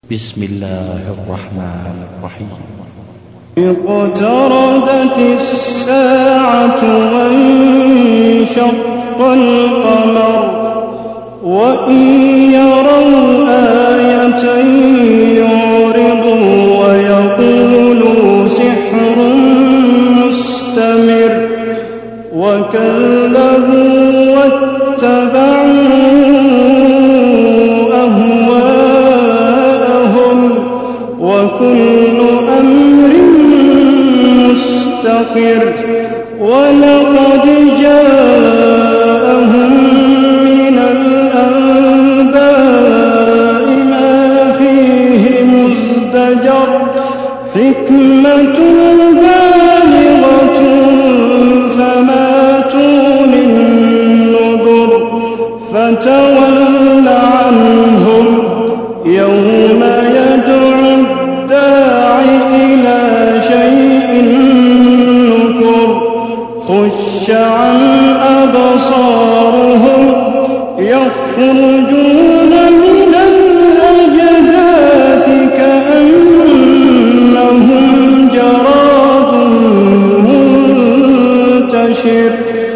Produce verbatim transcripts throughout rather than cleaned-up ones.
بسم الله الرحمن الرحيم. اقتربت الساعة وانشق القمر وإن يروا آية يعرضوا ويقولوا سحر مستمر وكذبوا واتبعوا أهواءهم وكل أمر مستقر ولقد جاءهم من الأنباء ما فيه مزدجر حكمة بالغة فما تغني النذر فتول عنهم يوم يدعو الداع إلى شيء نكر خش عن أبصارهم يخرجون من الأجداث كأنهم جراد منتشر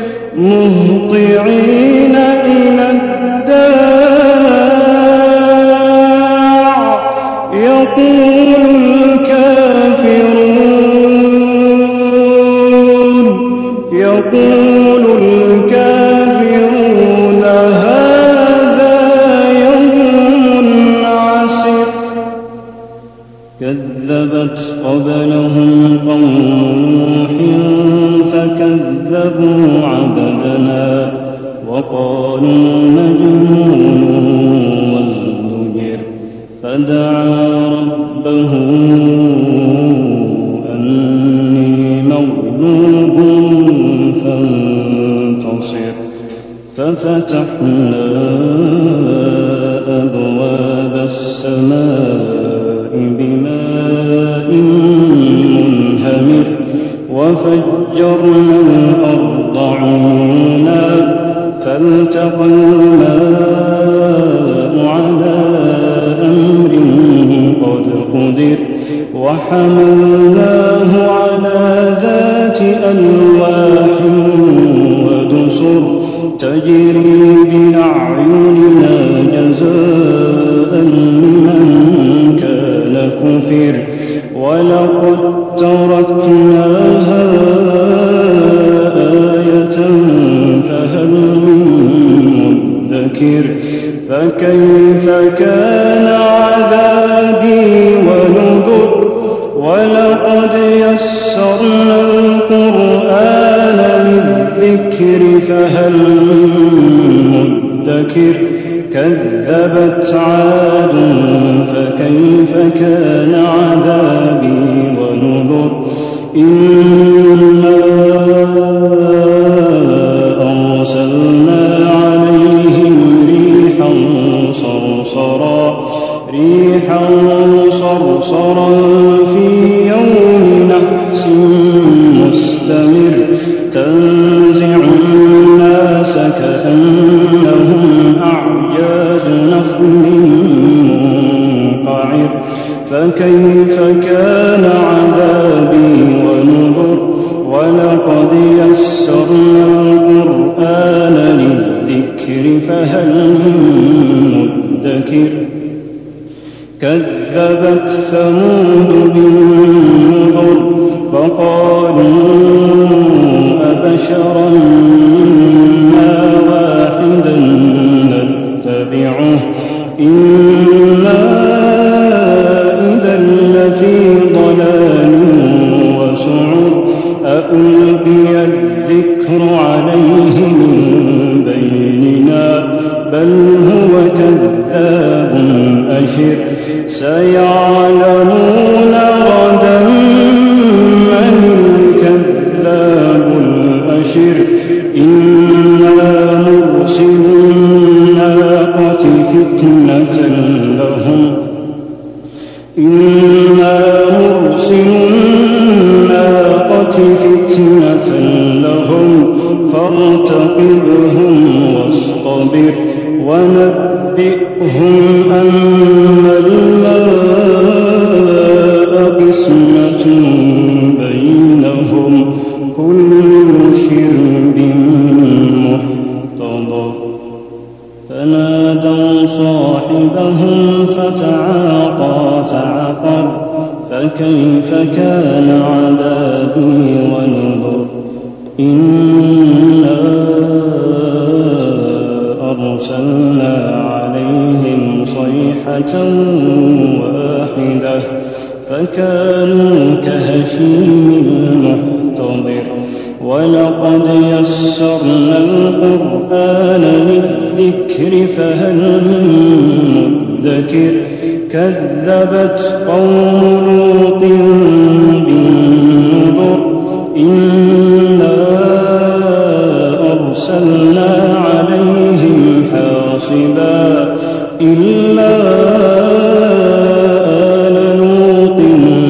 مهطعين إلى الداع يقول الكافرون يقول الكافرون هذا يوم عسر كذبت قبلهم قوم نوح فكذبوا عبدنا وقالوا مجنون وازدجر فدعا ربه أني مغلوب فانتصر ففتحنا أبواب السماء بماء منهمر وفجرنا الأرض عيونا فالتقى الماء على أمر قد قدر وحملناه على ذات ألواح ودسر تجري بأعيننا جزاء لمن كان كفر ولقد تركناها آية فهل من مدكر فكيف كان عذابي ونذر ولقد يسرنا القرآن للذكر فهل من مدكر كذبت عاد فكيف كان عذابي ونذر إنا أرسلنا عليهم ريحا صرصرا ريحا صرصرا في يوم نحس مستمر تنزع الناس كأنهم أعجاز نخل منقعر فكيف كان عذابي ونذر ولقد يسرنا القرآن للذكر فهل من مدكر كذبت ثمود بالنذر فقالوا أبشرا منا واحدا نتبعه إنا إذا لفي ضلال وسعر أألقي الذكر عليه من بيننا بل هو كذاب أشر سيعلمون غدا من الكذاب الأشر إنا مرسل الناقة فتنة لهم إنا مرسل الناقة فتنة لهم فارتقبهم واصطبر ونبئهم أن الماء بينهم كل شرب محتضر فنادوا صاحبهم فتعاطى فعقر فكيف كان عذابي ونذر إنا أرسلنا عليهم صيحة واحدة فكانوا كهشيم المحتضر ولقد يسرنا القرآن للذكر فهل من مدكر كذبت قوم لوط بالنذر إنا أرسلنا عليهم حاصبا إلا آل لوط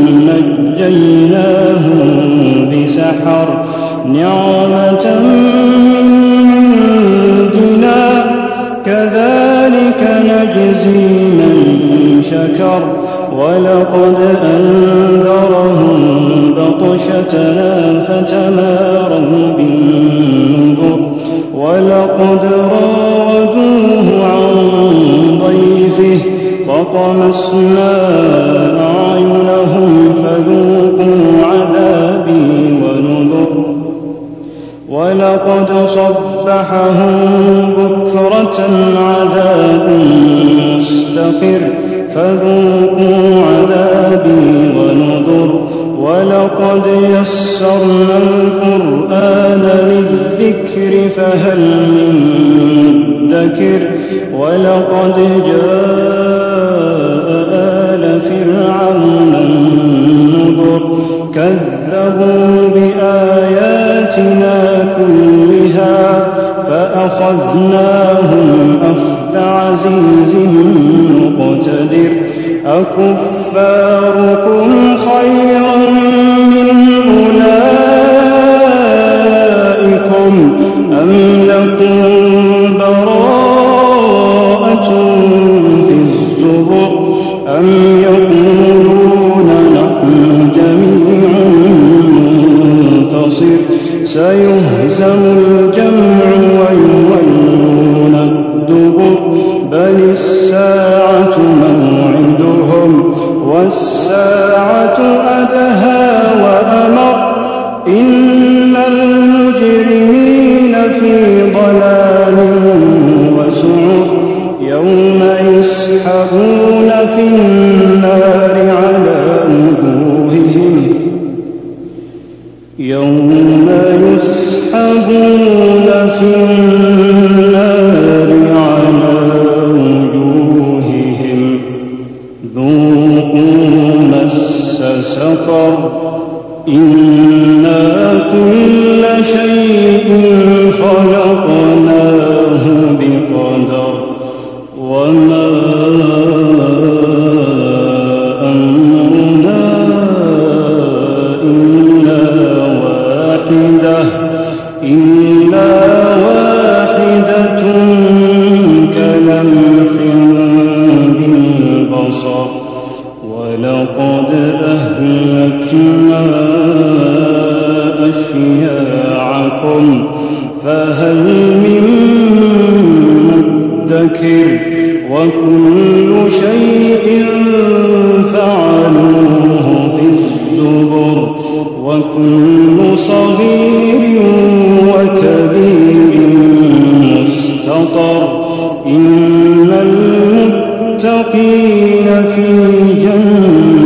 نجيناهم بسحر نعمة من عندنا كذلك نجزي من شكر ولقد أنذرهم بطشتنا فتماروا بالنذر ولقد راودوه عن ضيفه فطمسنا أعينهم فذوقوا عذابي ونذر ولقد صبحهم بكرة عذاب مستقر فذوقوا عذابي ونذر ولقد يسرنا القرآن للذكر فهل من مدكر ولقد جاء آل فرعون النذر كذبوا بآياتنا كلها فأخذناهم أخذ عزيز مقتدر أكفاركم خير من أولئكم أم لكم براءة في الزبر أم يقولون نحن جميع منتصر سيهزم الجمع ويولون الدبر بل الساعة موعدهم والساعة أدهى وأمر إن المجرمين في ضلال وسعر يوم يسحبون في النار على وجوههم يوم يسحبون في النار على وجوههم ذوقوا مس سقر إنا كل شيء خلقناه بقدر وما أمرنا إلا واحدة إلا واحدة كلمح بالبصر ولقد أهلكنا أشياعكم فهل من مدكر وكل شيء فعلوه في الزبر وكل صغير وكبير مستطر إن المتقين في جنة